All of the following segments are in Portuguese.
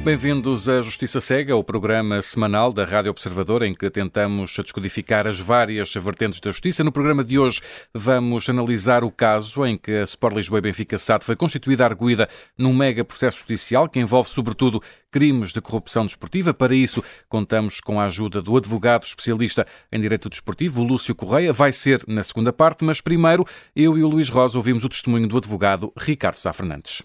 Bem-vindos à Justiça Cega, o programa semanal da Rádio Observador em que tentamos descodificar as várias vertentes da justiça. No programa de hoje vamos analisar o caso em que a Sport Lisboa e Benfica SAD foi constituída arguida num mega processo judicial que envolve sobretudo crimes de corrupção desportiva. Para isso, contamos com a ajuda do advogado especialista em direito desportivo, Lúcio Correia. Vai ser na segunda parte, mas primeiro eu e o Luís Rosa ouvimos o testemunho do advogado Ricardo Sá Fernandes.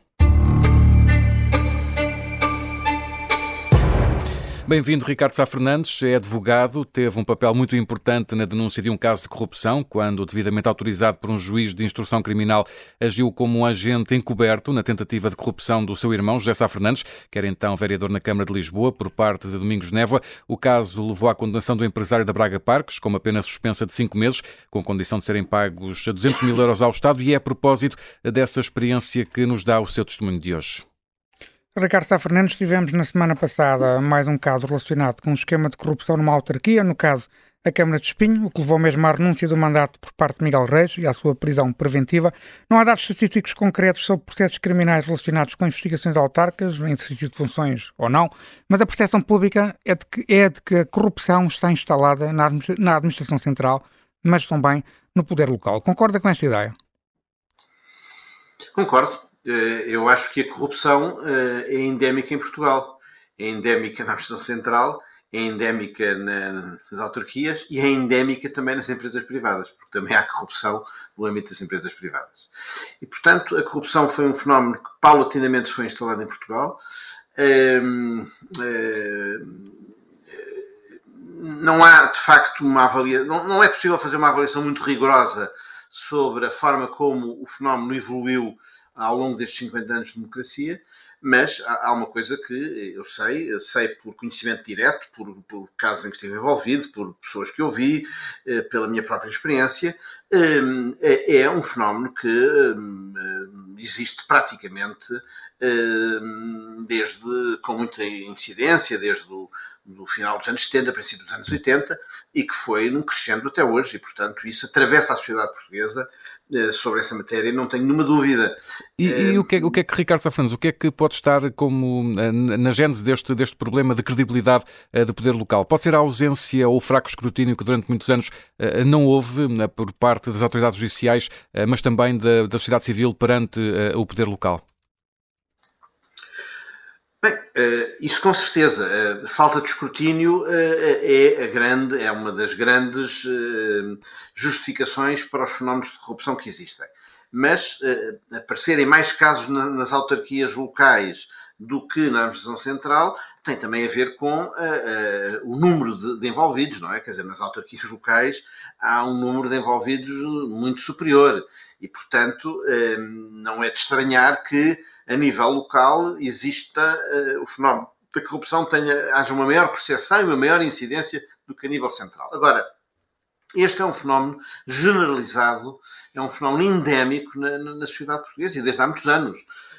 Bem-vindo, Ricardo Sá Fernandes. É advogado, teve um papel muito importante na denúncia de um caso de corrupção, quando, devidamente autorizado por um juiz de instrução criminal, agiu como um agente encoberto na tentativa de corrupção do seu irmão, José Sá Fernandes, que era então vereador na Câmara de Lisboa, por parte de Domingos Névoa. O caso levou à condenação do empresário da Braga Parques, com uma pena suspensa de 5 meses, com condição de serem pagos 200 mil euros ao Estado, e é a propósito dessa experiência que nos dá o seu testemunho de hoje. Ricardo Sá Fernandes, tivemos na semana passada mais um caso relacionado com um esquema de corrupção numa autarquia, no caso a Câmara de Espinho, o que levou mesmo à renúncia do mandato por parte de Miguel Reis e à sua prisão preventiva. Não há dados estatísticos concretos sobre processos criminais relacionados com investigações autárquicas, em exercício de funções ou não, mas a percepção pública é de que a corrupção está instalada na administração central, mas também no poder local. Concorda com esta ideia? Concordo. Eu acho que a corrupção é endémica em Portugal, é endémica na administração central, é endémica nas autarquias e é endémica também nas empresas privadas, porque também há corrupção no âmbito das empresas privadas. E, portanto, a corrupção foi um fenómeno que paulatinamente foi instalado em Portugal. Não há, de facto, uma avaliação, não é possível fazer uma avaliação muito rigorosa sobre a forma como o fenómeno evoluiu ao longo destes 50 anos de democracia, mas há uma coisa que eu sei por conhecimento direto, por casos em que estive envolvido, por pessoas que ouvi, pela minha própria experiência, é um fenómeno que existe praticamente com muita incidência, desde do final dos anos 70, princípio dos anos 80, e que foi num crescendo até hoje, e portanto isso atravessa a sociedade portuguesa. Sobre essa matéria não tenho nenhuma dúvida. E o que é que Ricardo Sá Fernandes, o que é que pode estar como na gênese deste problema de credibilidade do poder local? Pode ser a ausência ou o fraco escrutínio que durante muitos anos não houve por parte das autoridades judiciais, mas também da sociedade civil perante o poder local? Bem, isso com certeza. Falta de escrutínio é uma das grandes justificações para os fenómenos de corrupção que existem. Mas aparecerem mais casos nas autarquias locais do que na administração central tem também a ver com o número de envolvidos, não é? Quer dizer, nas autarquias locais há um número de envolvidos muito superior e, portanto, não é de estranhar que a nível local exista o fenómeno da corrupção, haja uma maior percepção e uma maior incidência do que a nível central. Agora, este é um fenómeno generalizado, é um fenómeno endémico na sociedade portuguesa e desde há muitos anos.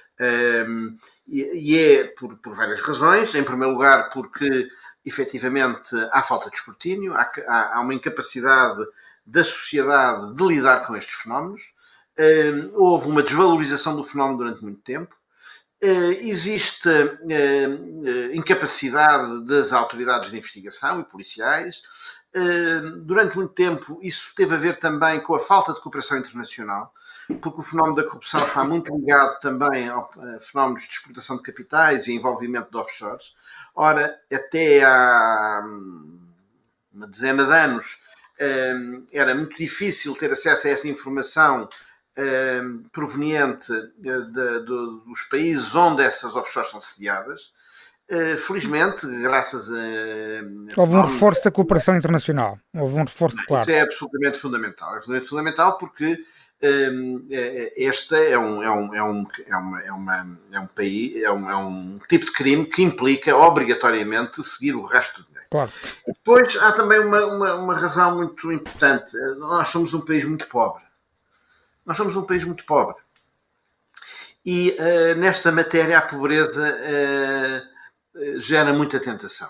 E é por várias razões. Em primeiro lugar, porque efetivamente há falta de escrutínio, há uma incapacidade da sociedade de lidar com estes fenómenos. Houve uma desvalorização do fenómeno durante muito tempo. Existe incapacidade das autoridades de investigação e policiais. Durante muito tempo isso teve a ver também com a falta de cooperação internacional, porque o fenómeno da corrupção está muito ligado também a fenómenos de exportação de capitais e envolvimento de offshores. Ora, até há uma dezena de anos era muito difícil ter acesso a essa informação proveniente dos países onde essas offshores são sediadas. Felizmente, graças a... Houve um reforço da cooperação internacional. Houve um reforço, claro. Isso é absolutamente fundamental. É absolutamente fundamental porque este é um tipo de crime que implica obrigatoriamente seguir o resto do dinheiro. Claro. E depois há também uma razão muito importante. Nós somos um país muito pobre. E nesta matéria a pobreza gera muita tentação.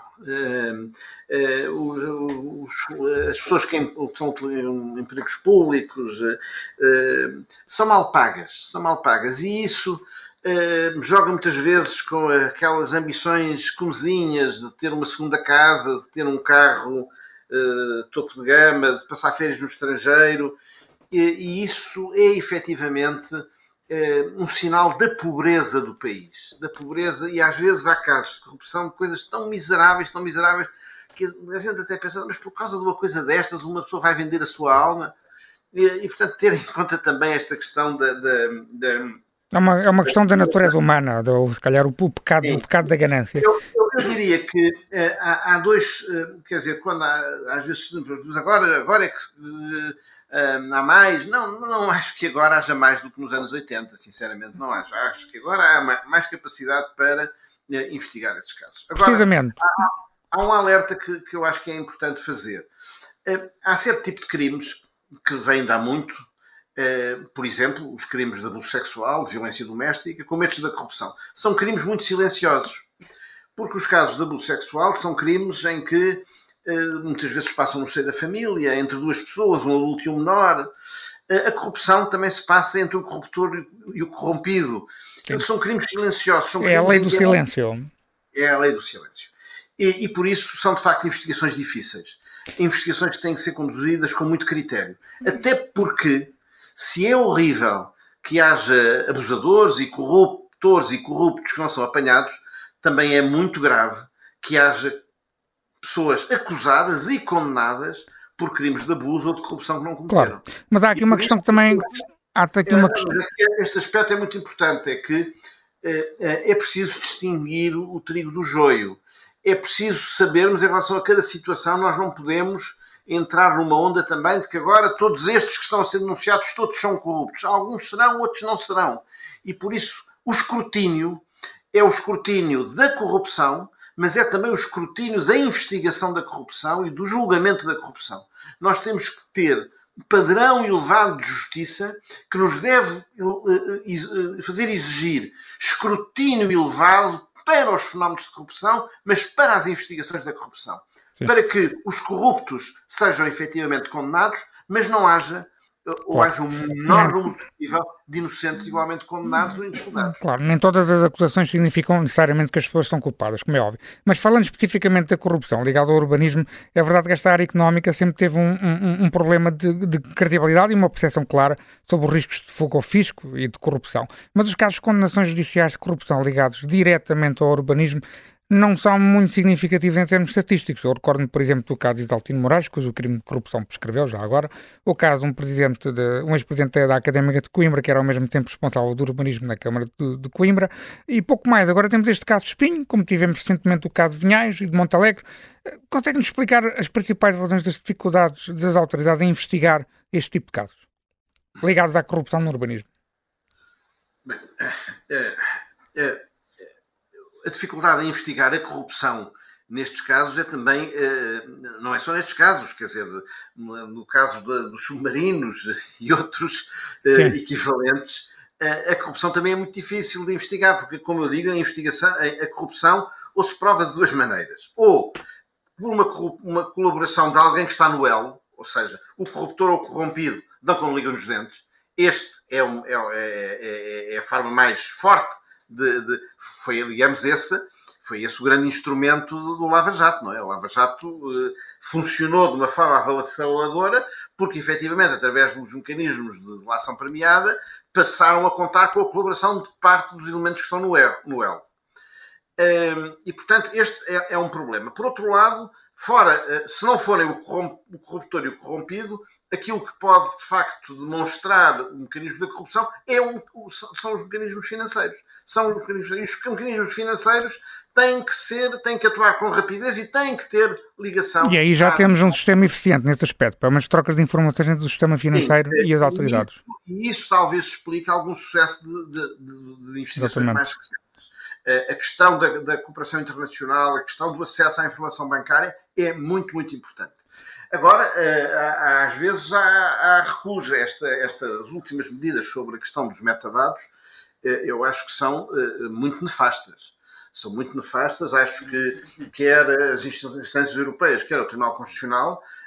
As pessoas que estão em empregos públicos são mal pagas. E isso joga muitas vezes com aquelas ambições comezinhas de ter uma segunda casa, de ter um carro topo de gama, de passar férias no estrangeiro, e isso é efetivamente um sinal da pobreza do país, da pobreza, e às vezes há casos de corrupção de coisas tão miseráveis, que a gente até pensa, mas por causa de uma coisa destas uma pessoa vai vender a sua alma, e portanto ter em conta também esta questão É uma questão da natureza humana, se calhar o pecado da ganância. Eu diria que há dois, quer dizer, quando às vezes agora é que há mais, não acho que agora haja mais do que nos anos 80, sinceramente, não acho. Acho que agora há mais capacidade para investigar esses casos. Agora, precisamente. Há um alerta que eu acho que é importante fazer. Há certo tipo de crimes que vêm de há muito, por exemplo, os crimes de abuso sexual, de violência doméstica, como estes da corrupção. São crimes muito silenciosos, porque os casos de abuso sexual são crimes em que muitas vezes passam no seio da família, entre duas pessoas, um adulto e um menor. A corrupção também se passa entre o corruptor e o corrompido. São crimes silenciosos. São crimes a lei do silêncio. É a lei do silêncio. E por isso são, de facto, investigações difíceis. Investigações que têm que ser conduzidas com muito critério. Até porque, se é horrível que haja abusadores e corruptos que não são apanhados, também é muito grave que haja pessoas acusadas e condenadas por crimes de abuso ou de corrupção que não cometeram. Claro, mas há aqui uma questão que também... Este aspecto é muito importante, é que é preciso distinguir o trigo do joio. É preciso sabermos, em relação a cada situação, nós não podemos entrar numa onda também de que agora todos estes que estão a ser denunciados, todos são corruptos. Alguns serão, outros não serão. E por isso o escrutínio é o escrutínio da corrupção, mas é também o escrutínio da investigação da corrupção e do julgamento da corrupção. Nós temos que ter um padrão elevado de justiça que nos deve fazer exigir escrutínio elevado para os fenómenos de corrupção, mas para as investigações da corrupção. Sim. Para que os corruptos sejam efetivamente condenados, mas não haja ou haja um menor número possível de inocentes igualmente condenados ou indiciados. Claro, nem todas as acusações significam necessariamente que as pessoas são culpadas, como é óbvio. Mas falando especificamente da corrupção ligada ao urbanismo, é verdade que esta área económica sempre teve um problema de credibilidade e uma percepção clara sobre os riscos de fuga ao fisco e de corrupção. Mas os casos de condenações judiciais de corrupção ligados diretamente ao urbanismo não são muito significativos em termos estatísticos. Eu recordo-me, por exemplo, do caso de Isaltino Moraes, cujo crime de corrupção prescreveu já agora, o caso um ex-presidente da Académica de Coimbra, que era ao mesmo tempo responsável do urbanismo na Câmara de Coimbra, e pouco mais. Agora temos este caso de Espinho, como tivemos recentemente o caso de Vinhais e de Montalegre. Consegue-nos explicar as principais razões das dificuldades das autoridades em investigar este tipo de casos, ligados à corrupção no urbanismo? Bem, a dificuldade em investigar a corrupção nestes casos é também, não é só nestes casos, quer dizer, no caso dos submarinos e outros equivalentes, a corrupção também é muito difícil de investigar, porque, como eu digo, a corrupção ou se prova de duas maneiras. Ou por uma colaboração de alguém que está no elo, ou seja, o corruptor ou o corrompido dão com liga nos dentes. Este é a forma mais forte foi esse o grande instrumento do Lava Jato, não é? O Lava Jato funcionou de uma forma avassaladora porque, efetivamente, através dos mecanismos de delação premiada, passaram a contar com a colaboração de parte dos elementos que estão no elo. E, portanto, este é um problema. Por outro lado, se não forem o corruptor e o corrompido, aquilo que pode, de facto, demonstrar o mecanismo da corrupção são os mecanismos financeiros. Os mecanismos financeiros têm que atuar com rapidez e têm que ter ligação. E aí já temos um sistema eficiente nesse aspecto, para umas trocas de informações entre o sistema financeiro e as autoridades. E isso talvez explique algum sucesso de investigações mais recentes. A questão da cooperação internacional, a questão do acesso à informação bancária é muito, muito importante. Agora, às vezes há recusa a estas últimas medidas sobre a questão dos metadados. Eu acho que são muito nefastas. São muito nefastas. Acho que quer as instâncias europeias, quer o Tribunal Constitucional,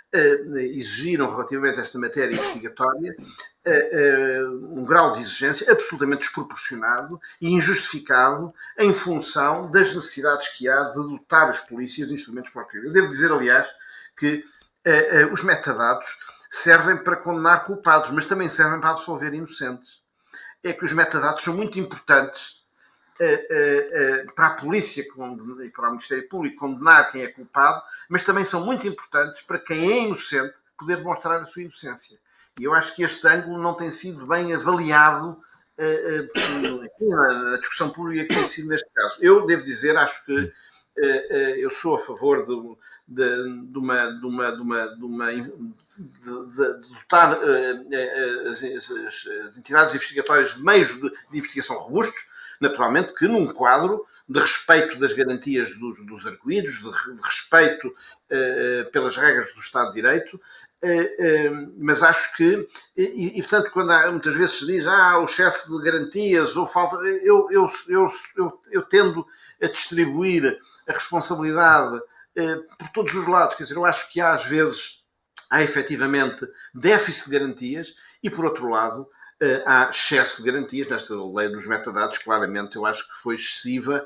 exigiram relativamente a esta matéria investigatória um grau de exigência absolutamente desproporcionado e injustificado em função das necessidades que há de dotar as polícias de instrumentos para o crime. Eu devo dizer, aliás, que os metadados servem para condenar culpados, mas também servem para absolver inocentes. É que os metadados são muito importantes para a polícia e para o Ministério Público condenar quem é culpado, mas também são muito importantes para quem é inocente poder demonstrar a sua inocência. E eu acho que este ângulo não tem sido bem avaliado na discussão pública que tem sido neste caso. Eu devo dizer, acho que eu sou a favor de dotar as entidades investigatórias de meios de investigação robustos, naturalmente que num quadro de respeito das garantias dos arguidos, de respeito pelas regras do Estado de Direito, mas acho que, e portanto, quando muitas vezes se diz o excesso de garantias ou falta, eu tendo a distribuir a responsabilidade por todos os lados. Quer dizer, eu acho que às vezes há efetivamente déficit de garantias e, por outro lado, há excesso de garantias. Nesta lei dos metadados, claramente, eu acho que foi excessiva,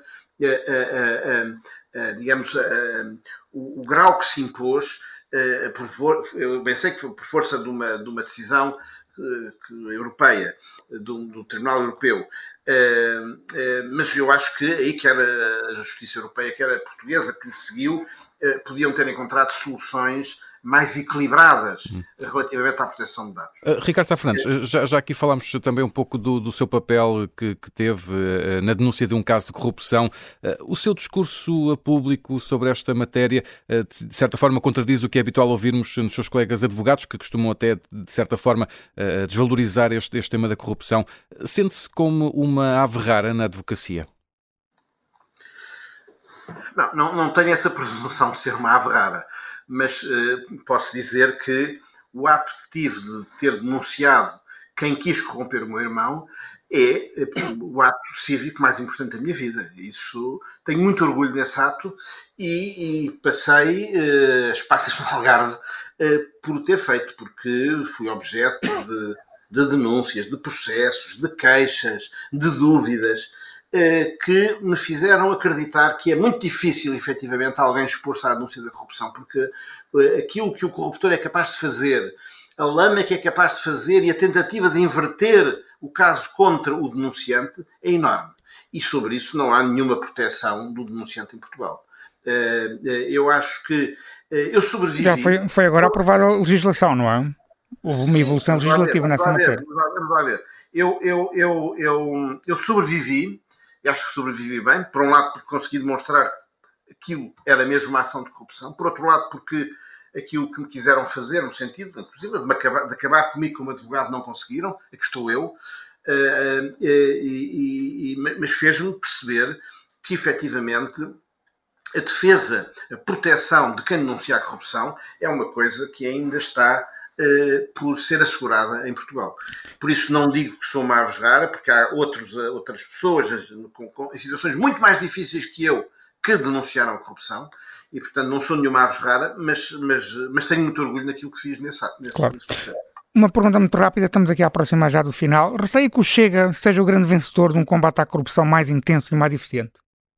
digamos, o grau que se impôs, eu bem sei que foi por força de uma decisão europeia, do Tribunal Europeu, mas eu acho que aí quer a Justiça Europeia, quer a portuguesa que lhe seguiu, podiam ter encontrado soluções mais equilibradas relativamente à proteção de dados. Ricardo Sá Fernandes, já aqui falámos também um pouco do seu papel que teve na denúncia de um caso de corrupção. O seu discurso público sobre esta matéria, de certa forma, contradiz o que é habitual ouvirmos nos seus colegas advogados, que costumam até, de certa forma, desvalorizar este tema da corrupção. Sente-se como uma ave rara na advocacia? Não tenho essa presunção de ser uma ave rara, mas posso dizer que o ato que tive de ter denunciado quem quis corromper o meu irmão é o ato cívico mais importante da minha vida. Isso, tenho muito orgulho nesse ato e passei as passas no Algarve por o ter feito, porque fui objeto de denúncias, de processos, de queixas, de dúvidas, que me fizeram acreditar que é muito difícil, efetivamente, alguém expor-se à denúncia da corrupção, porque aquilo que o corruptor é capaz de fazer, a lama que é capaz de fazer e a tentativa de inverter o caso contra o denunciante é enorme. E sobre isso não há nenhuma proteção do denunciante em Portugal. Eu acho que eu sobrevivi... Já foi agora aprovada a legislação, não é? Houve uma evolução legislativa nessa matéria. Vamos lá ver. Eu sobrevivi, e acho que sobrevivi bem, por um lado porque consegui demonstrar que aquilo era mesmo uma ação de corrupção, por outro lado porque aquilo que me quiseram fazer, no sentido, inclusive, de acabar comigo como advogado, não conseguiram, aqui estou eu, mas fez-me perceber que, efetivamente, a defesa, a proteção de quem denuncia a corrupção é uma coisa que ainda está por ser assegurada em Portugal. Por isso não digo que sou uma ave rara, porque há outras pessoas em situações muito mais difíceis que eu que denunciaram a corrupção e, portanto, não sou nenhuma ave rara, mas tenho muito orgulho naquilo que fiz nesse processo. Uma pergunta muito rápida, estamos aqui a aproximar já do final. Receio que o Chega seja o grande vencedor de um combate à corrupção mais intenso e mais eficiente?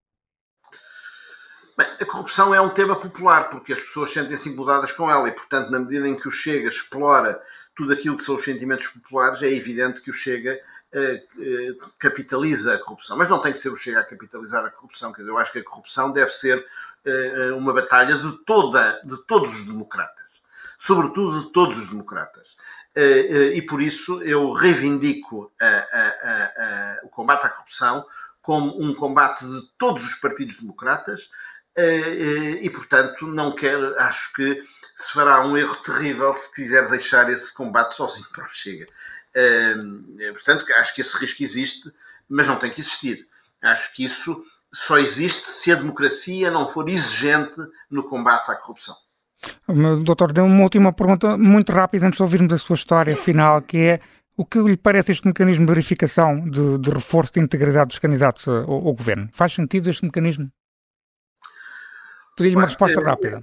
Bem, a corrupção é um tema popular, porque as pessoas sentem-se incomodadas com ela e, portanto, na medida em que o Chega explora tudo aquilo que são os sentimentos populares, é evidente que o Chega capitaliza a corrupção. Mas não tem que ser o Chega a capitalizar a corrupção. Quer dizer, eu acho que a corrupção deve ser uma batalha de todos os democratas. Sobretudo de todos os democratas. E por isso eu reivindico o combate à corrupção como um combate de todos os partidos democratas e, portanto, acho que se fará um erro terrível se quiser deixar esse combate sozinho para o Chega. Portanto, acho que esse risco existe, mas não tem que existir. Acho que isso só existe se a democracia não for exigente no combate à corrupção. Doutor, dê uma última pergunta muito rápida antes de ouvirmos a sua história final, que é: o que lhe parece este mecanismo de verificação de reforço de integridade dos candidatos ao governo? Faz sentido este mecanismo? Pedi-lhe uma resposta rápida.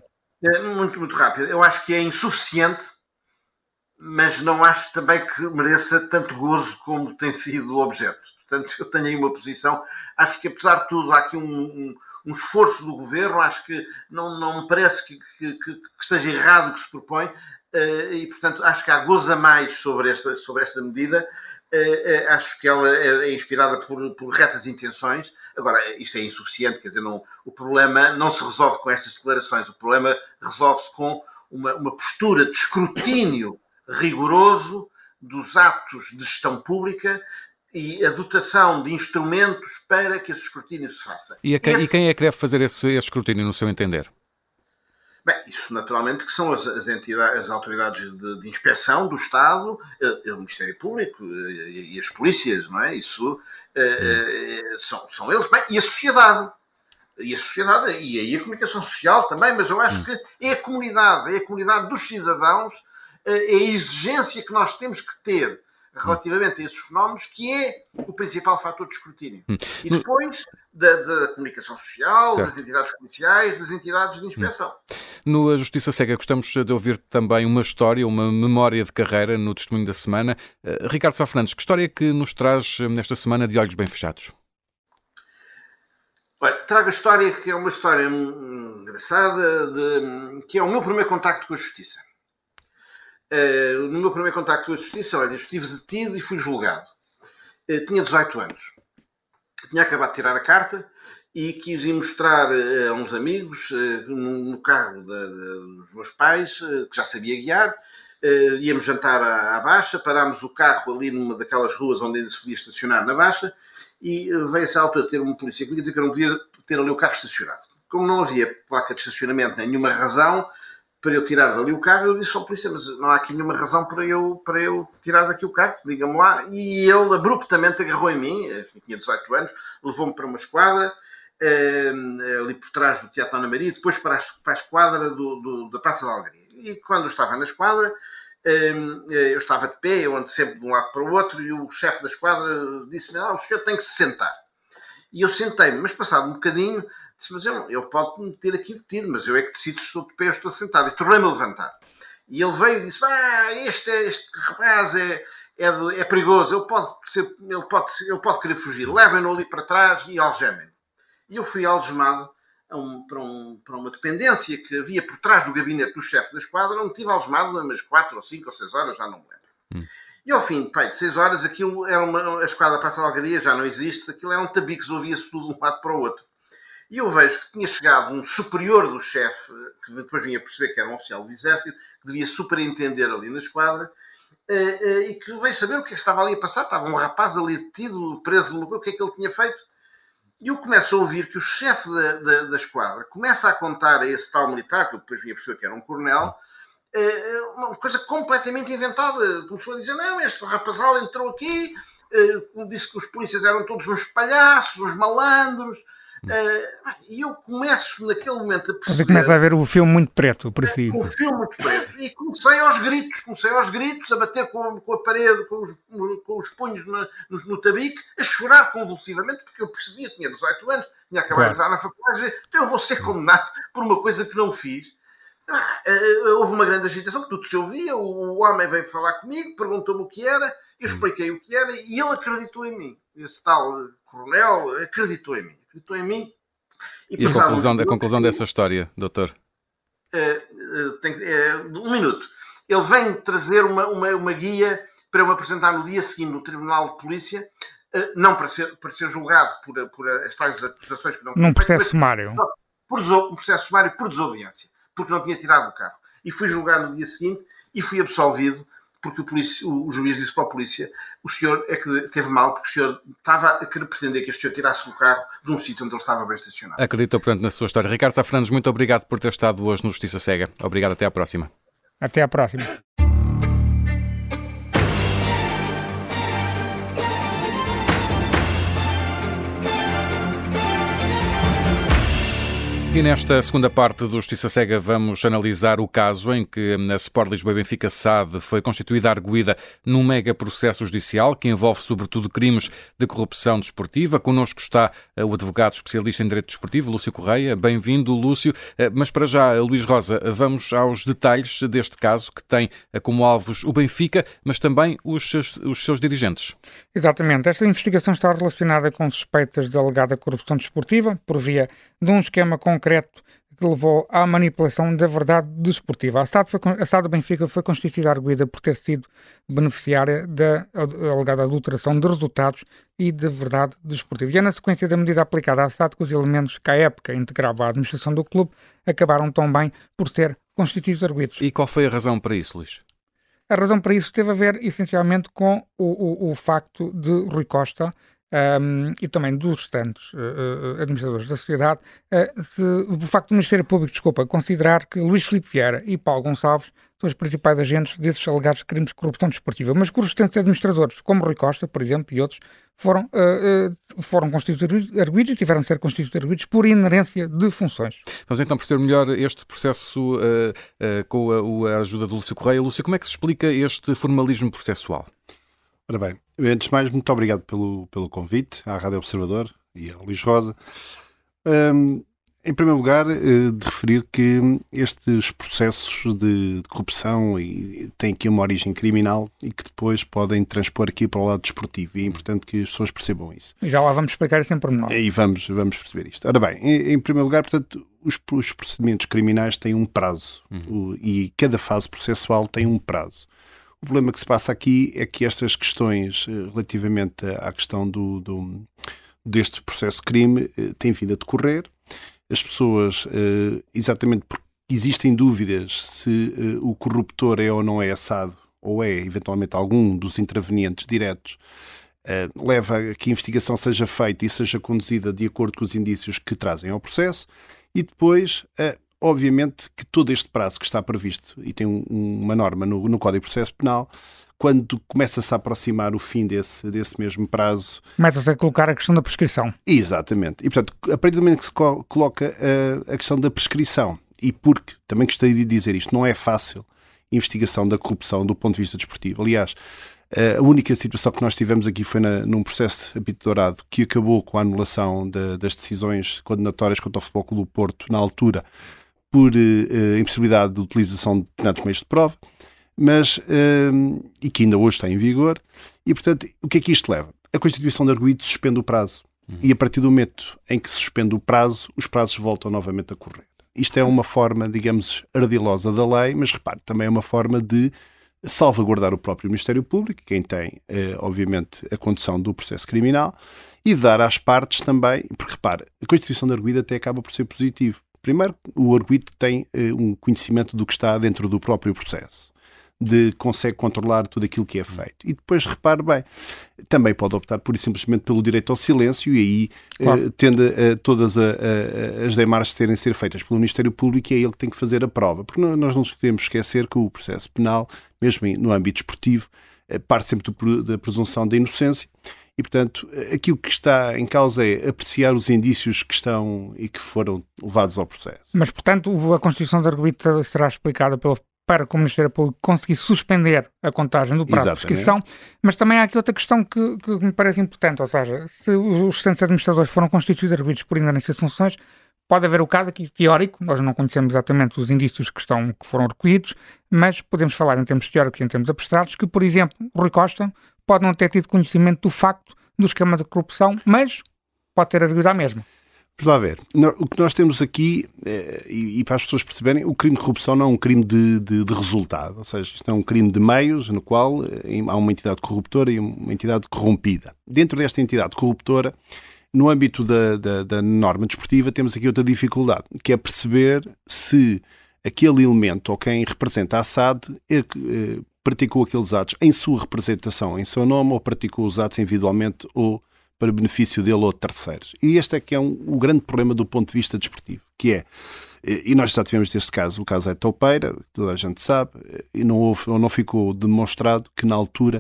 Muito, muito rápido. Eu acho que é insuficiente, mas não acho também que mereça tanto gozo como tem sido o objeto. Portanto, eu tenho aí uma posição. Acho que, apesar de tudo, há aqui um esforço do governo. Acho que não me parece que esteja errado o que se propõe. E, portanto, acho que há gozo a mais sobre esta medida. Acho que ela é inspirada por retas intenções. Agora, isto é insuficiente, quer dizer, o problema não se resolve com estas declarações. O problema resolve-se com uma postura de escrutínio rigoroso dos atos de gestão pública e a dotação de instrumentos para que esse escrutínio se faça. E quem é que deve fazer esse escrutínio, no seu entender? Bem, isso naturalmente que são as entidades, as autoridades de inspeção do Estado, o Ministério Público e as polícias, não é? Isso são eles. Bem, e a sociedade. E aí a comunicação social também, mas eu acho que é a comunidade dos cidadãos, é a exigência que nós temos que ter relativamente a esses fenómenos, que é o principal fator de escrutínio. E depois da comunicação social, certo, das entidades policiais, das entidades de inspeção. No Justiça Cega, gostamos de ouvir também uma história, uma memória de carreira no testemunho da semana. Ricardo Sá Fernandes, que história é que nos traz nesta semana de olhos bem fechados? Olha, trago a história que é uma história engraçada, que é o meu primeiro contacto com a Justiça. No meu primeiro contacto com a Justiça, olha, eu estive detido e fui julgado. Tinha 18 anos. Tinha acabado de tirar a carta e quis ir mostrar a uns amigos, no carro dos meus pais, que já sabia guiar. Íamos jantar à Baixa, parámos o carro ali numa daquelas ruas onde ainda se podia estacionar na Baixa, e veio a essa altura ter uma polícia que queria dizer que eu não podia ter ali o carro estacionado. Como não havia placa de estacionamento, nem nenhuma razão para eu tirar dali o carro, eu disse ao polícia, mas não há aqui nenhuma razão para eu tirar daqui o carro, diga-me lá. E ele abruptamente agarrou em mim, tinha 18 anos, levou-me para uma esquadra, ali por trás do Teatro Ana Maria, e depois para a esquadra da Praça da Algaria. E quando eu estava na esquadra, eu estava de pé, eu ando sempre de um lado para o outro, e o chefe da esquadra disse-me, o senhor tem que se sentar. E eu sentei-me, mas passado um bocadinho, disse, mas ele pode-me ter aqui detido, mas eu é que decido se estou de pé ou estou sentado. E tornei-me a levantar. E ele veio e disse, este rapaz é perigoso, ele pode querer fugir, levem-no ali para trás e algemem-no. E eu fui algemado para uma dependência que havia por trás do gabinete do chefe da esquadra, onde tive algemado umas 4 ou 5 ou 6 horas, já não me lembro. E ao fim de 6 horas, aquilo era a esquadra Praça da Algaria, já não existe, aquilo era um tabique, ouvia-se tudo de um lado para o outro. E eu vejo que tinha chegado um superior do chefe, que depois vinha perceber que era um oficial do Exército, que devia superintender ali na esquadra, e que veio saber o que é que estava ali a passar. Estava um rapaz ali detido, preso numa coisa, o que é que ele tinha feito. E eu começo a ouvir que o chefe da esquadra começa a contar a esse tal militar, que eu depois vinha perceber que era um coronel, uma coisa completamente inventada. Começou a dizer, não, este rapazal entrou aqui, disse que os polícias eram todos uns palhaços, uns malandros. E eu começo naquele momento a perceber... Você começa a ver o filme muito preto, por si. Um filme muito preto. E comecei aos gritos, a bater com a parede, com os punhos no tabique, a chorar convulsivamente, porque eu percebia, tinha 18 anos, tinha acabado de entrar na faculdade, então eu vou ser condenado por uma coisa que não fiz. Houve uma grande agitação, que tudo se ouvia, o homem veio falar comigo, perguntou-me o que era, eu expliquei o que era, e ele acreditou em mim. Esse tal coronel acreditou em mim. E a conclusão dessa história, doutor? Um minuto. Ele vem trazer uma guia para eu me apresentar no dia seguinte no Tribunal de Polícia, não para ser julgado por as tais acusações que não... Num processo sumário. Um processo sumário por desobediência, porque não tinha tirado o carro. E fui julgado no dia seguinte e fui absolvido, porque o juiz disse para a polícia, o senhor é que teve mal, porque o senhor estava a querer pretender que este senhor tirasse o carro de um sítio onde ele estava bem estacionado. Acredito, portanto, na sua história. Ricardo Sá Fernandes, muito obrigado por ter estado hoje no Justiça Cega. Obrigado, até à próxima. Até à próxima. E nesta segunda parte do Justiça Cega vamos analisar o caso em que a Sport Lisboa e Benfica SAD foi constituída arguida num mega processo judicial que envolve sobretudo crimes de corrupção desportiva. Connosco está o advogado especialista em direito desportivo, Lúcio Correia. Bem-vindo, Lúcio. Mas para já, Luís Rosa, vamos aos detalhes deste caso que tem como alvos o Benfica, mas também os seus dirigentes. Exatamente. Esta investigação está relacionada com suspeitas de alegada corrupção desportiva por via de um esquema concreto que levou à manipulação da verdade desportiva. A SAD do Benfica foi constituída arguida por ter sido beneficiária da alegada adulteração de resultados e de verdade desportiva. E é na sequência da medida aplicada à SAD que os elementos que à época integravam a administração do clube acabaram também por ser constituídos arguidos. E qual foi a razão para isso, Luís? A razão para isso teve a ver essencialmente com o facto de Rui Costa e também dos restantes administradores da sociedade, o facto do Ministério Público, considerar que Luís Filipe Vieira e Paulo Gonçalves são os principais agentes desses alegados crimes de corrupção desportiva, mas que os restantes administradores, como Rui Costa, por exemplo, e outros, foram constituídos arguidos e tiveram de ser constituídos arguidos por inerência de funções. Vamos então perceber melhor este processo com a ajuda do Lúcio Correia. Lúcio, como é que se explica este formalismo processual? Ora bem, antes de mais, muito obrigado pelo convite à Rádio Observador e ao Luís Rosa. Em primeiro lugar, de referir que estes processos de corrupção têm aqui uma origem criminal e que depois podem transpor aqui para o lado desportivo. E é importante que as pessoas percebam isso. E já lá vamos explicar isso em pormenor. E vamos perceber isto. Ora bem, em primeiro lugar, portanto, os procedimentos criminais têm um prazo e cada fase processual tem um prazo. O problema que se passa aqui é que estas questões relativamente à questão deste processo de crime têm vindo a decorrer. As pessoas, exatamente porque existem dúvidas se o corruptor é ou não é a SAD ou é eventualmente algum dos intervenientes diretos, leva a que a investigação seja feita e seja conduzida de acordo com os indícios que trazem ao processo e depois... Obviamente que todo este prazo que está previsto, e tem uma norma no Código de Processo Penal, quando começa-se a aproximar o fim desse mesmo prazo... Começa-se a colocar a questão da prescrição. Exatamente. E, portanto, a partir do momento que se coloca a questão da prescrição, e porque, também gostaria de dizer isto, não é fácil a investigação da corrupção do ponto de vista desportivo. Aliás, a única situação que nós tivemos aqui foi num processo apito dourado que acabou com a anulação das decisões condenatórias contra o Futebol Clube do Porto, na altura, por impossibilidade de utilização de determinados meios de prova, mas, e que ainda hoje está em vigor, e portanto, o que é que isto leva? A constituição de arguido suspende o prazo, e a partir do momento em que se suspende o prazo, os prazos voltam novamente a correr. Isto é uma forma, digamos, ardilosa da lei, mas repare, também é uma forma de salvaguardar o próprio Ministério Público, quem tem, obviamente, a condução do processo criminal, e dar às partes também, porque repare, a constituição de arguido até acaba por ser positivo. Primeiro, o arguido tem um conhecimento do que está dentro do próprio processo, consegue controlar tudo aquilo que é feito. E depois, repare bem, também pode optar pura e simplesmente pelo direito ao silêncio e aí claro, tende a todas as demarches terem de ser feitas pelo Ministério Público e é ele que tem que fazer a prova. Porque nós não nos podemos esquecer que o processo penal, mesmo no âmbito esportivo, parte sempre da presunção da inocência. E, portanto, aquilo que está em causa é apreciar os indícios que estão e que foram levados ao processo. Mas, portanto, a constituição de arguido será explicada para que o Ministério Público conseguir suspender a contagem do prazo de prescrição, mas também há aqui outra questão que me parece importante, ou seja, se os restantes administradores foram constituídos arguidos por inerência de funções, pode haver o caso aqui teórico, nós não conhecemos exatamente os indícios que foram recolhidos, mas podemos falar em termos teóricos e em termos abstratos que, por exemplo, Rui Costa pode não ter tido conhecimento do facto do esquema de corrupção, mas pode ter arguido à mesma. Vamos lá ver. O que nós temos aqui, e para as pessoas perceberem, o crime de corrupção não é um crime de resultado, ou seja, isto é um crime de meios no qual há uma entidade corruptora e uma entidade corrompida. Dentro desta entidade corruptora, no âmbito da norma desportiva, temos aqui outra dificuldade, que é perceber se aquele elemento ou quem representa a SAD praticou aqueles atos em sua representação, em seu nome, ou praticou os atos individualmente ou para benefício dele ou de terceiros. E este é que é o grande problema do ponto de vista desportivo, que é, e nós já tivemos deste caso, o caso é Toupeira, toda a gente sabe, e não ficou demonstrado que na altura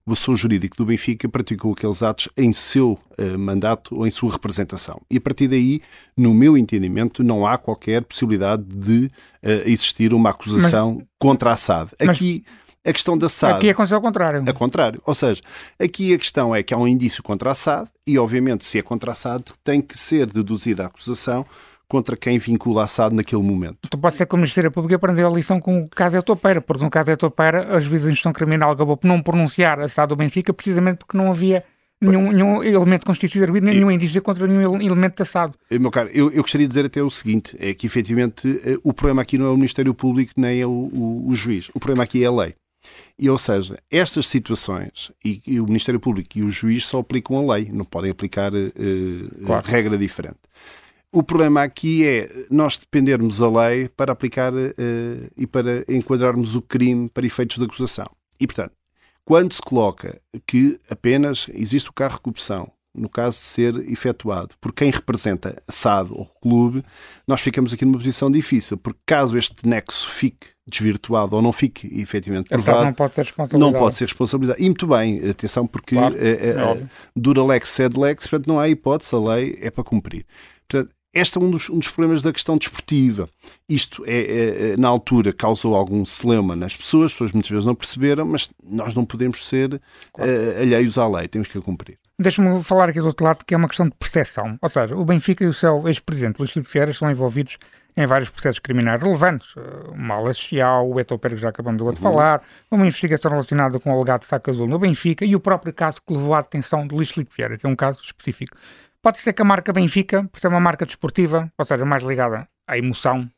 o assessor jurídico do Benfica praticou aqueles atos em seu mandato ou em sua representação. E a partir daí, no meu entendimento, não há qualquer possibilidade de existir uma acusação contra a SAD. Aqui, a questão da SAD... Aqui aconteceu ao contrário. Ao contrário. Ou seja, aqui a questão é que há um indício contra a SAD e, obviamente, se é contra a SAD, tem que ser deduzida a acusação contra quem vincula a SAD naquele momento. Então pode ser que o Ministério Público aprendeu a lição com o caso Topeira, porque no caso Topeira a juíza de instrução criminal acabou por não pronunciar a SAD do Benfica precisamente porque não havia nenhum elemento constitutivo de arbítrio, nenhum indício contra nenhum elemento da SAD. Meu caro, eu gostaria de dizer até o seguinte, é que efetivamente o problema aqui não é o Ministério Público nem é o juiz, o problema aqui é a lei. E, ou seja, estas situações e o Ministério Público e o juiz só aplicam a lei, não podem aplicar claro. Regra diferente. O problema aqui é nós dependermos da lei para aplicar e para enquadrarmos o crime para efeitos de acusação. E, portanto, quando se coloca que apenas existe o carro de corrupção, no caso de ser efetuado por quem representa a SAD ou o clube, nós ficamos aqui numa posição difícil, porque caso este nexo fique desvirtuado ou não fique efetivamente provado, não pode ter responsabilidade. Não pode ser responsabilidade. E muito bem, atenção, porque claro, dura lex sed lex, portanto não há hipótese, a lei é para cumprir. Portanto, este é um dos problemas da questão desportiva. Isto, na altura, causou algum celeuma nas pessoas, as pessoas muitas vezes não perceberam, mas nós não podemos ser alheios à lei, temos que a cumprir. Deixa-me falar aqui do outro lado, que é uma questão de percepção. Ou seja, o Benfica e o seu ex-presidente, Luís Filipe Vieira, estão envolvidos em vários processos criminais relevantes. O Mala Social, o Etopeira, que já acabamos de falar, uma investigação relacionada com o alegado saco azul no Benfica e o próprio caso que levou à detenção de Luís Filipe Vieira, que é um caso específico. Pode ser que a marca Benfica, por ser uma marca desportiva, ou seja, mais ligada à emoção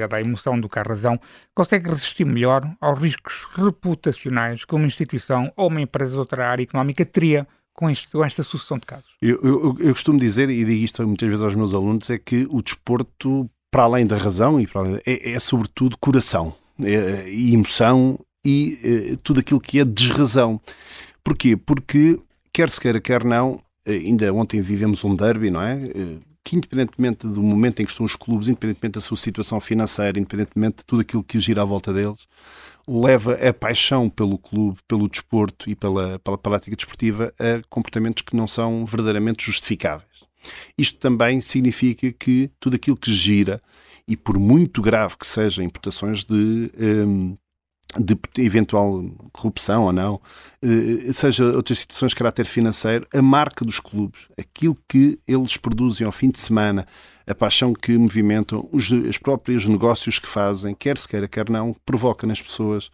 do que à razão, consegue resistir melhor aos riscos reputacionais que uma instituição ou uma empresa de outra área económica teria com esta sucessão de casos. Eu costumo dizer, e digo isto muitas vezes aos meus alunos, é que o desporto, para além da razão, é sobretudo coração, e emoção e tudo aquilo que é desrazão. Porquê? Porque, quer se queira, quer não, ainda ontem vivemos um derby, não é? Que independentemente do momento em que estão os clubes, independentemente da sua situação financeira, independentemente de tudo aquilo que gira à volta deles, leva a paixão pelo clube, pelo desporto e pela prática desportiva a comportamentos que não são verdadeiramente justificáveis. Isto também significa que tudo aquilo que gira, e por muito grave que sejam imputações de eventual corrupção ou não, seja outras situações de caráter financeiro, a marca dos clubes, aquilo que eles produzem ao fim de semana, a paixão que movimentam, os próprios negócios que fazem, quer se queira, quer não, provoca nas pessoas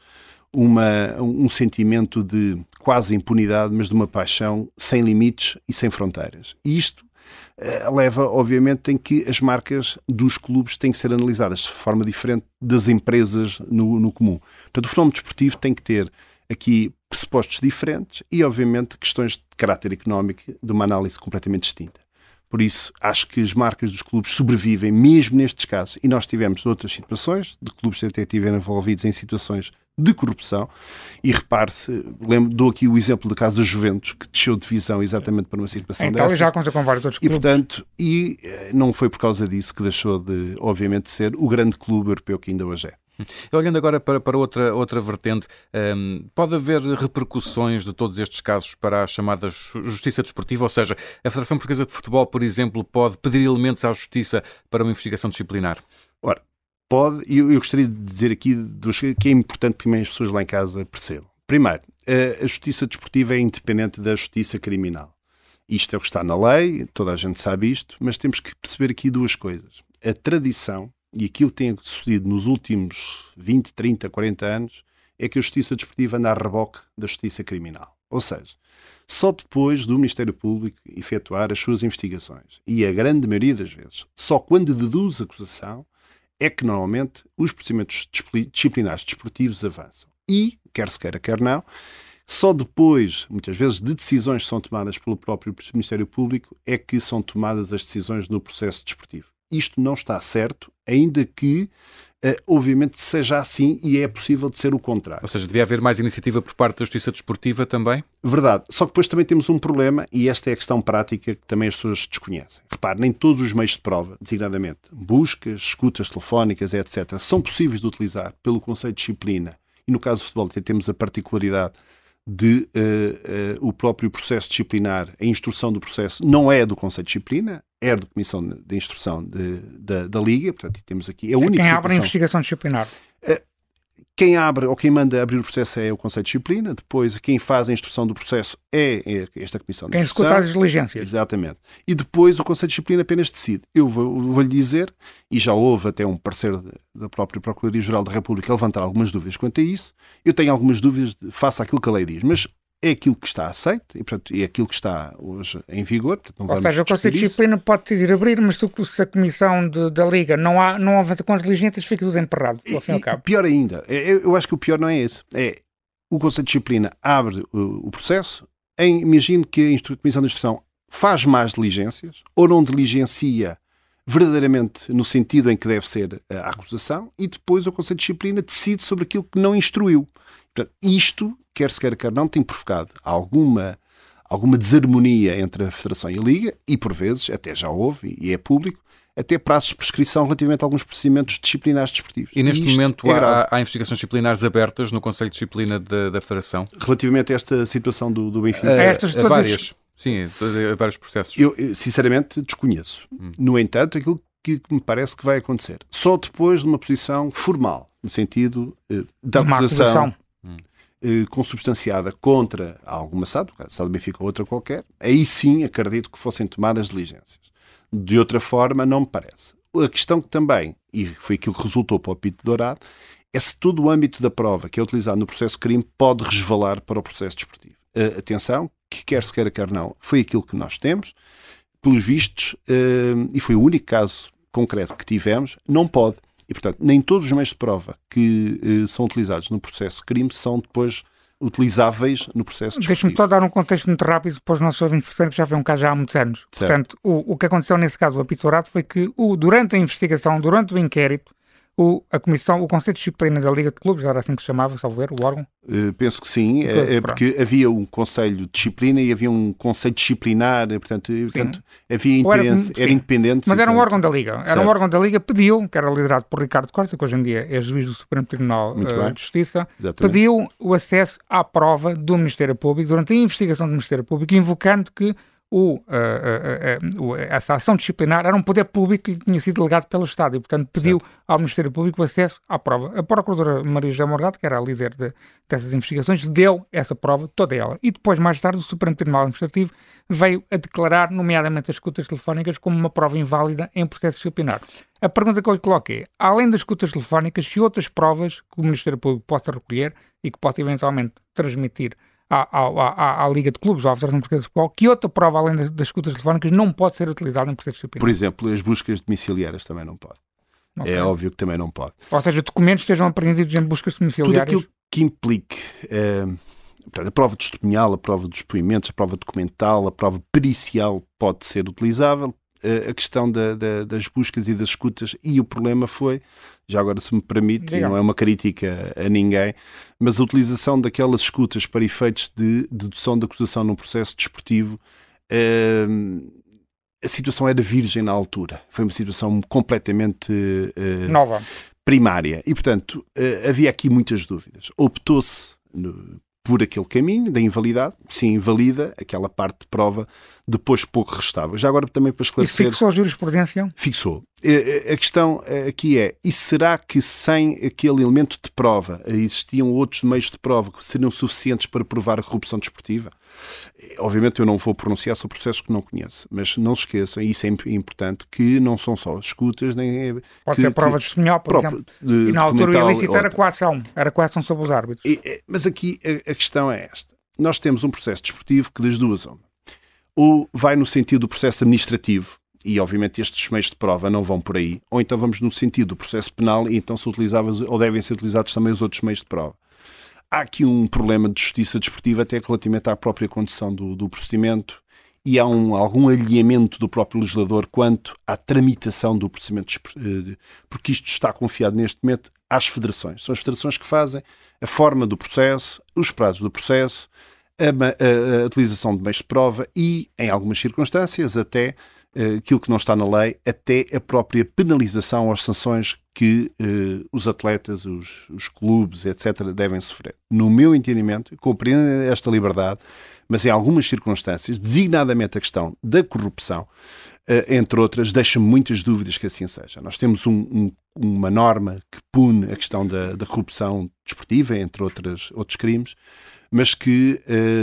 um sentimento de quase impunidade, mas de uma paixão sem limites e sem fronteiras. E isto leva, obviamente, em que as marcas dos clubes têm que ser analisadas de forma diferente das empresas no comum. Portanto, o fenómeno desportivo tem que ter aqui pressupostos diferentes e, obviamente, questões de caráter económico de uma análise completamente distinta. Por isso, acho que as marcas dos clubes sobrevivem mesmo nestes casos. E nós tivemos outras situações de clubes que até estiveram envolvidos em situações de corrupção. E repare-se, dou aqui o exemplo do caso da Juventus, que desceu de divisão exatamente para uma situação dessa. Então já aconteceu com vários outros clubes. E, portanto, não foi por causa disso que deixou de, obviamente, ser o grande clube europeu que ainda hoje é. Olhando agora para outra vertente, pode haver repercussões de todos estes casos para a chamada justiça desportiva? Ou seja, a Federação Portuguesa de Futebol, por exemplo, pode pedir elementos à justiça para uma investigação disciplinar? Ora, pode, e eu gostaria de dizer aqui duas coisas que é importante que também as pessoas lá em casa percebam. Primeiro, a justiça desportiva é independente da justiça criminal. Isto é o que está na lei, toda a gente sabe isto, mas temos que perceber aqui duas coisas. A tradição e aquilo que tem sucedido nos últimos 20, 30, 40 anos é que a justiça desportiva anda a reboque da justiça criminal. Ou seja, só depois do Ministério Público efetuar as suas investigações, e a grande maioria das vezes, só quando deduz a acusação, é que normalmente os procedimentos disciplinares desportivos avançam. E, quer se queira, quer não, só depois, muitas vezes, de decisões que são tomadas pelo próprio Ministério Público, é que são tomadas as decisões no processo desportivo. Isto não está certo, ainda que, obviamente, seja assim e é possível de ser o contrário. Ou seja, devia haver mais iniciativa por parte da justiça desportiva também? Verdade. Só que depois também temos um problema, e esta é a questão prática que também as pessoas desconhecem. Repare, nem todos os meios de prova, designadamente buscas, escutas telefónicas, etc., são possíveis de utilizar pelo Conselho de Disciplina. E no caso do futebol até temos a particularidade o próprio processo disciplinar, a instrução do processo não é do Conselho de Disciplina, é da Comissão de Instrução da Liga. Portanto, temos aqui a única quem situação. abre a investigação disciplinar. Quem abre ou quem manda abrir o processo é o Conselho de Disciplina, depois quem faz a instrução do processo é esta Comissão de Instrução. Quem executa as diligências. Exatamente. E depois o Conselho de Disciplina apenas decide. Eu vou-lhe dizer, e já houve até um parecer da própria Procuradoria-Geral da República a levantar algumas dúvidas quanto a isso. Eu tenho algumas dúvidas face àquilo que a lei diz, mas é aquilo que está aceito e, portanto, é aquilo que está hoje em vigor. Portanto, não ou seja, o Conselho de Disciplina pode decidir abrir, mas se a Comissão da Liga não avança com as diligências, fica tudo emperrado, ao fim e ao cabo. Pior ainda, eu acho que o pior não é esse. É o Conselho de Disciplina abre o processo, imagine que a Comissão de Instrução faz más diligências ou não diligencia verdadeiramente no sentido em que deve ser a acusação, e depois o Conselho de Disciplina decide sobre aquilo que não instruiu. Portanto, isto, quer se quer não, tem provocado alguma desarmonia entre a Federação e a Liga, e por vezes, até já houve, e é público, até prazos de prescrição relativamente a alguns procedimentos disciplinares desportivos. E neste momento há investigações disciplinares abertas no Conselho de Disciplina da Federação? Relativamente a esta situação do Benfica? A várias. Sim, vários processos. Eu, sinceramente, desconheço. No entanto, aquilo que me parece que vai acontecer, só depois de uma posição formal, no sentido da acusação consubstanciada contra alguma SAD, o SAD do Benfica ou outra qualquer, aí sim acredito que fossem tomadas diligências. De outra forma, não me parece. A questão que também, e foi aquilo que resultou para o apito dourado, é se todo o âmbito da prova que é utilizado no processo de crime pode resvalar para o processo desportivo. Atenção, que quer se queira, quer não, foi aquilo que nós temos, pelos vistos, e foi o único caso concreto que tivemos, não pode. E, portanto, nem todos os meios de prova que são utilizados no processo de crime são depois utilizáveis no processo desportivo. Deixe-me só dar um contexto muito rápido para os nossos ouvintes perceberem que já foi um caso já há muitos anos. Certo. Portanto, o que aconteceu nesse caso, o apito dourado, foi que durante a investigação, durante o inquérito, a Comissão, o Conselho de Disciplina da Liga de Clubes, era assim que se chamava, salvo ver, o órgão? Penso que sim, porque havia um Conselho de Disciplina e havia um Conselho disciplinar, portanto havia era independente. Mas era um órgão da Liga. Era um órgão da Liga, pediu, que era liderado por Ricardo Costa, que hoje em dia é juiz do Supremo Tribunal de Justiça, pediu o acesso à prova do Ministério Público durante a investigação do Ministério Público, invocando que essa ação disciplinar era um poder público que tinha sido delegado pelo Estado e, portanto, pediu ao Ministério Público acesso à prova. A Procuradora Maria José Morgado, que era a líder dessas investigações, deu essa prova, toda ela. E depois, mais tarde, o Supremo Tribunal Administrativo veio a declarar, nomeadamente, as escutas telefónicas como uma prova inválida em processo disciplinar. A pergunta que eu lhe coloco é, além das escutas telefónicas, se outras provas que o Ministério Público possa recolher e que possa eventualmente transmitir à Liga de Clubes, ou à Federação Portuguesa de Futebol, que outra prova, além das escutas telefónicas, não pode ser utilizada em processo disciplinar? Por exemplo, as buscas domiciliárias também não pode. Okay. É óbvio que também não pode. Ou seja, documentos estejam apreendidos em buscas domiciliárias? Tudo aquilo que implique a prova testemunhal, a prova dos depoimentos, a prova documental, a prova pericial pode ser utilizável. A questão das buscas e das escutas, e o problema foi, já agora se me permite, e não é uma crítica a ninguém, mas a utilização daquelas escutas para efeitos de dedução de acusação num processo desportivo, a situação era virgem na altura. Foi uma situação completamente nova, primária. E, portanto, havia aqui muitas dúvidas. Optou-se por aquele caminho da invalidade, se invalida aquela parte de prova, depois pouco restava. Já agora também para esclarecer... Isso fixou a jurisprudência? Fixou. A questão aqui é, e será que sem aquele elemento de prova existiam outros meios de prova que seriam suficientes para provar a corrupção desportiva? Obviamente eu não vou pronunciar sobre processos que não conheço, mas não se esqueçam, e isso é importante, que não são só escutas, nem pode ser prova de testemunhal, por exemplo. E na altura o ilícito era coação sobre os árbitros. Mas aqui a questão é esta. Nós temos um processo desportivo que das duas ou vai no sentido do processo administrativo, e obviamente estes meios de prova não vão por aí, ou então vamos no sentido do processo penal, e então ou devem ser utilizados também os outros meios de prova. Há aqui um problema de justiça desportiva até relativamente à própria condução do procedimento, e há algum alinhamento do próprio legislador quanto à tramitação do procedimento, porque isto está confiado neste momento às federações. São as federações que fazem a forma do processo, os prazos do processo, a utilização de meios de prova e, em algumas circunstâncias, até aquilo que não está na lei, até a própria penalização ou sanções que os atletas, os clubes, etc., devem sofrer. No meu entendimento, compreendo esta liberdade, mas em algumas circunstâncias, designadamente a questão da corrupção, entre outras, deixa-me muitas dúvidas que assim seja. Nós temos uma norma que pune a questão da corrupção desportiva, entre outros crimes, mas que,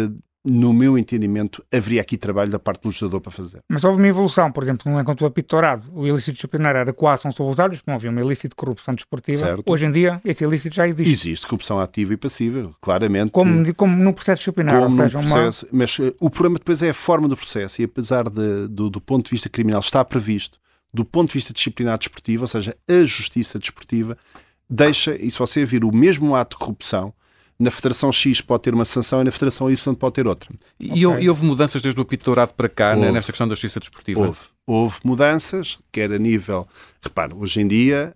no meu entendimento, haveria aqui trabalho da parte do legislador para fazer. Mas houve uma evolução, por exemplo, enquanto o apito dourado, o ilícito disciplinar era coação sobre os árbitros, não havia uma ilícito de corrupção desportiva. Certo. Hoje em dia, esse ilícito já existe. Existe corrupção ativa e passiva, claramente. Como no processo disciplinar. Como processo, mas o problema depois é a forma do processo, e apesar do ponto de vista criminal estar previsto, do ponto de vista disciplinar desportivo, ou seja, a justiça desportiva, deixa, e se você vir o mesmo ato de corrupção, na Federação X pode ter uma sanção e na Federação Y pode ter outra. E houve mudanças desde o apito dourado para cá, nesta questão da justiça desportiva? Houve mudanças, quer a nível... Repare, hoje em dia,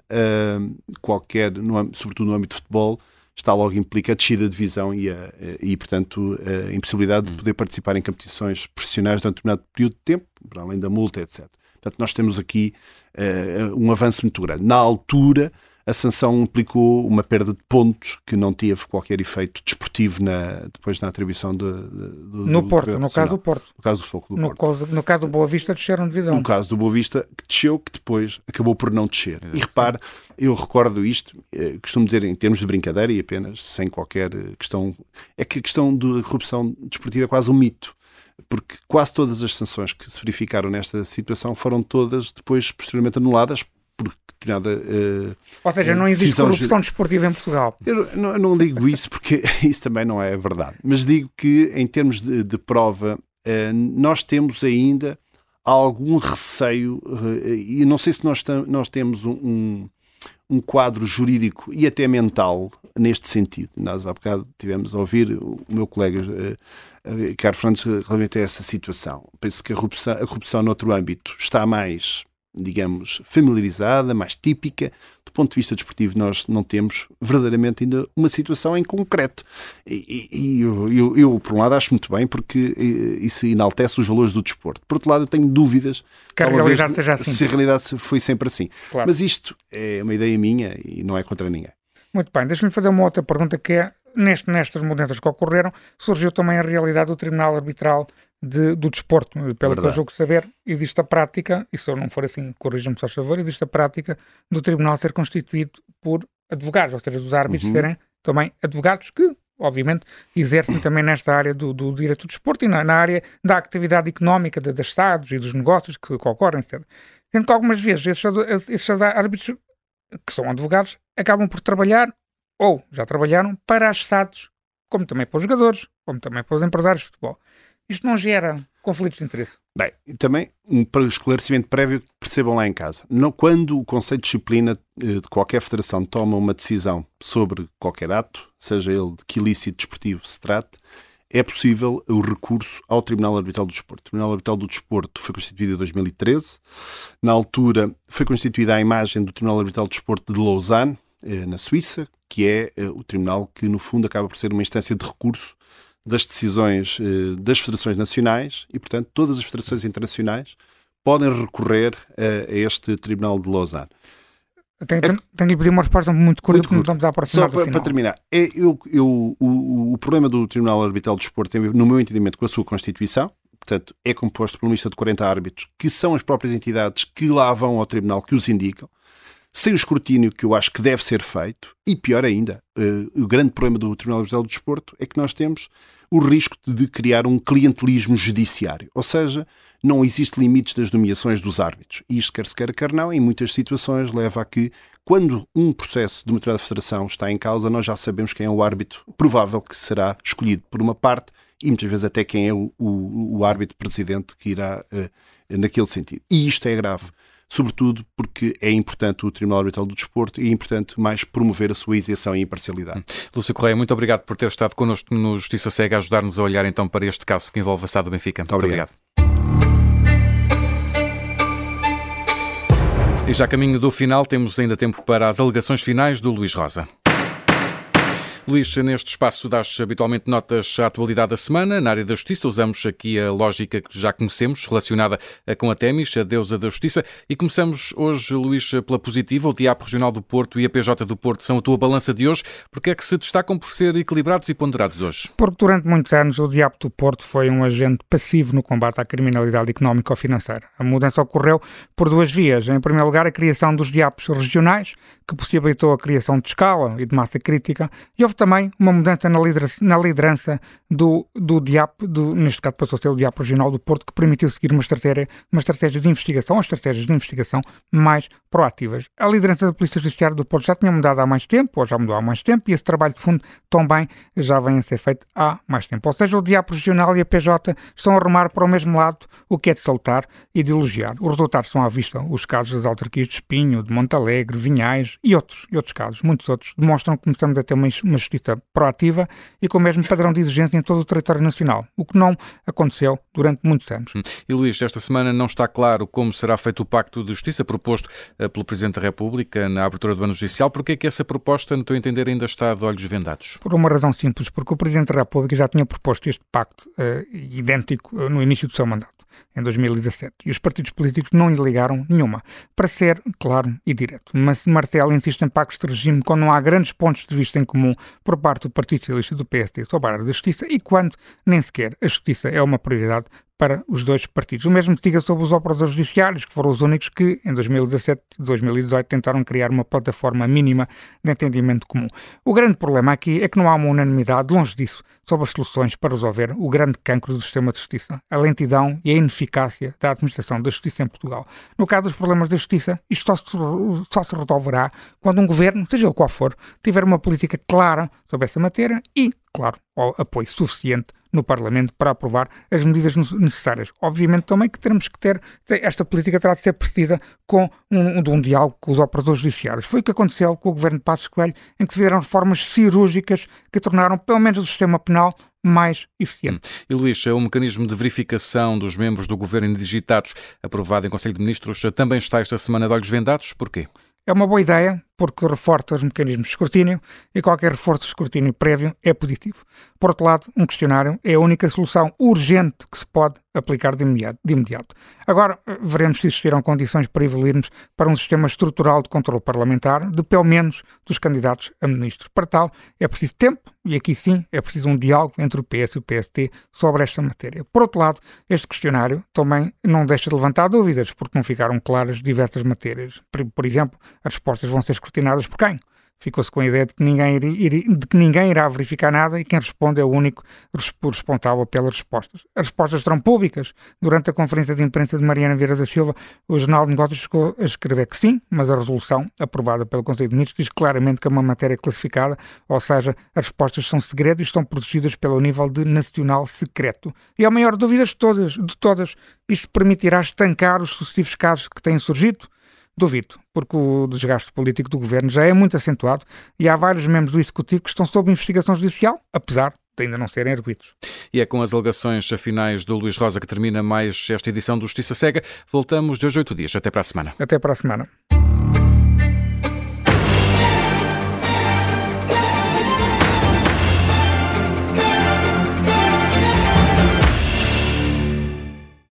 sobretudo no âmbito de futebol, está logo implica a descida de divisão e, portanto, a impossibilidade de poder participar em competições profissionais durante um determinado período de tempo, para além da multa, etc. Portanto, nós temos aqui um avanço muito grande. Na altura, a sanção implicou uma perda de pontos que não teve qualquer efeito desportivo depois na atribuição no Porto, no caso do Porto. No caso do Foco do Porto. No caso do Boa Vista, desceram de divisão. No caso do Boa Vista, que desceu, que depois acabou por não descer. E repare, eu recordo isto, costumo dizer em termos de brincadeira e apenas, sem qualquer questão, é que a questão da corrupção desportiva é quase um mito. Porque quase todas as sanções que se verificaram nesta situação foram todas depois posteriormente anuladas por determinada ou seja, não existe corrupção desportiva em Portugal. Eu não digo isso porque isso também não é verdade, mas digo que em termos de prova nós temos ainda algum receio e não sei se nós temos um quadro jurídico e até mental neste sentido. Nós há bocado tivemos a ouvir o meu colega Carlos Fernandes relativamente a essa situação. Penso que a corrupção noutro âmbito está mais, digamos, familiarizada, mais típica. Do ponto de vista desportivo, nós não temos verdadeiramente ainda uma situação em concreto. E eu, por um lado, acho muito bem, porque isso enaltece os valores do desporto. Por outro lado, eu tenho dúvidas que a realidade seja assim. Se a realidade foi sempre assim. Claro. Mas isto é uma ideia minha e não é contra ninguém. Muito bem, deixa-me fazer uma outra pergunta que é, nestas mudanças que ocorreram, surgiu também a realidade do Tribunal Arbitral do Desporto. Pelo que eu julgo saber, existe a prática, e se eu não for assim, corrija-me só, por favor, existe a prática do Tribunal ser constituído por advogados, ou seja, dos árbitros serem também advogados que, obviamente, exercem também nesta área do direito do desporto e na área da atividade económica das Estados e dos negócios que ocorrem, etc. Sendo que algumas vezes esses árbitros que são advogados acabam por trabalhar, ou já trabalharam, para as SADs, como também para os jogadores, como também para os empresários de futebol. Isto não gera conflitos de interesse? Bem, também, para o esclarecimento prévio, percebam lá em casa. Quando o Conselho de Disciplina de qualquer federação toma uma decisão sobre qualquer ato, seja ele de que ilícito desportivo se trate, é possível o recurso ao Tribunal Arbitral do Desporto. O Tribunal Arbitral do Desporto foi constituído em 2013. Na altura, foi constituída a imagem do Tribunal Arbitral do Desporto de Lausanne, na Suíça, que é o tribunal que, no fundo, acaba por ser uma instância de recurso das decisões das federações nacionais e, portanto, todas as federações internacionais podem recorrer a este Tribunal de Lausanne. Tenho de pedir uma resposta muito curta, porque não estamos a aproximar do final. Só para terminar, o problema do Tribunal Arbitral do Desporto tem, no meu entendimento, com a sua Constituição. Portanto, é composto por uma lista de 40 árbitros, que são as próprias entidades que lá vão ao Tribunal, que os indicam, sem o escrutínio que eu acho que deve ser feito, e pior ainda, o grande problema do Tribunal Arbitral do Desporto é que nós temos o risco de criar um clientelismo judiciário, ou seja, não existe limites das nomeações dos árbitros. E isto, quer se queira, quer não, em muitas situações leva a que, quando um processo de uma determinada federação está em causa, nós já sabemos quem é o árbitro provável que será escolhido por uma parte e muitas vezes até quem é o árbitro presidente que irá naquele sentido. E isto é grave. Sobretudo porque é importante o Tribunal Arbitral do Desporto e é importante mais promover a sua isenção e imparcialidade. Lúcio Correia, muito obrigado por ter estado connosco no Justiça Cega a ajudar-nos a olhar então para este caso que envolve a SAD do Benfica. Muito obrigado. E já a caminho do final, temos ainda tempo para as alegações finais do Luís Rosa. Luís, neste espaço dás habitualmente notas à atualidade da semana. Na área da Justiça usamos aqui a lógica que já conhecemos, relacionada com a Themis, a deusa da Justiça. E começamos hoje, Luís, pela positiva. O DIAP Regional do Porto e a PJ do Porto são a tua balança de hoje. Porque é que se destacam por ser equilibrados e ponderados hoje? Porque durante muitos anos o DIAP do Porto foi um agente passivo no combate à criminalidade económica ou financeira. A mudança ocorreu por duas vias. Em primeiro lugar, a criação dos DIAPs regionais, que possibilitou a criação de escala e de massa crítica, e houve também uma mudança na liderança do DIAP, neste caso passou a ser o DIAP Regional do Porto, que permitiu seguir uma estratégia de investigação, ou estratégias de investigação mais proativas. A liderança da Polícia Judiciária do Porto já tinha mudado há mais tempo, ou já mudou há mais tempo, e esse trabalho de fundo também já vem a ser feito há mais tempo. Ou seja, o DIAP Regional e a PJ estão a remar para o mesmo lado, o que é de salutar e de elogiar. Os resultados estão à vista. Os casos das autarquias de Espinho, de Montalegre, Vinhais e outros casos, muitos outros, demonstram que começamos a ter uma justiça proativa e com o mesmo padrão de exigência em todo o território nacional, o que não aconteceu durante muitos anos. E Luís, esta semana não está claro como será feito o Pacto de Justiça proposto pelo Presidente da República na abertura do ano judicial. Porquê é que essa proposta, no teu entender, ainda está de olhos vendados? Por uma razão simples, porque o Presidente da República já tinha proposto este pacto idêntico no início do seu mandato, em 2017, e os partidos políticos não lhe ligaram nenhuma, para ser claro e direto. Mas Marcelo insiste em pactos de regime quando não há grandes pontos de vista em comum por parte do Partido Socialista e do PSD sobre a área da justiça e quando nem sequer a justiça é uma prioridade para os dois partidos. O mesmo se diga sobre os operadores judiciários, que foram os únicos que, em 2017 e 2018, tentaram criar uma plataforma mínima de entendimento comum. O grande problema aqui é que não há uma unanimidade, longe disso, sobre as soluções para resolver o grande cancro do sistema de justiça, a lentidão e a ineficácia da administração da justiça em Portugal. No caso dos problemas da justiça, isto só se resolverá quando um governo, seja ele qual for, tiver uma política clara sobre essa matéria e, claro, apoio suficiente no Parlamento para aprovar as medidas necessárias. Obviamente também que teremos que ter, esta política terá de ser precedida de um diálogo com os operadores judiciários. Foi o que aconteceu com o governo de Passos Coelho, em que se fizeram reformas cirúrgicas que tornaram pelo menos o sistema penal mais eficiente. E Luís, o mecanismo de verificação dos membros do governo indigitados, aprovado em Conselho de Ministros, também está esta semana de olhos vendados? Porquê? É uma boa ideia, porque reforça os mecanismos de escrutínio e qualquer reforço de escrutínio prévio é positivo. Por outro lado, um questionário é a única solução urgente que se pode aplicar de imediato. Agora, veremos se existirão condições para evoluirmos para um sistema estrutural de controle parlamentar de, pelo menos, dos candidatos a ministros. Para tal, é preciso tempo e aqui sim é preciso um diálogo entre o PS e o PSD sobre esta matéria. Por outro lado, este questionário também não deixa de levantar dúvidas, porque não ficaram claras diversas matérias. Por exemplo, as respostas vão ser escrutinadas por quem? Ficou-se com a ideia de que ninguém irá verificar nada e quem responde é o único responsável pelas respostas. As respostas serão públicas. Durante a conferência de imprensa de Mariana Vieira da Silva, o Jornal de Negócios chegou a escrever que sim, mas a resolução aprovada pelo Conselho de Ministros diz claramente que é uma matéria classificada, ou seja, as respostas são segredo e estão protegidas pelo nível de nacional secreto. E a maior dúvida de todas, isto permitirá estancar os sucessivos casos que têm surgido? Duvido, porque o desgaste político do governo já é muito acentuado e há vários membros do Executivo que estão sob investigação judicial, apesar de ainda não serem arguidos. E é com as alegações finais do Luís Rosa que termina mais esta edição do Justiça Cega. Voltamos de hoje a 8 dias. Até para a semana. Até para a semana.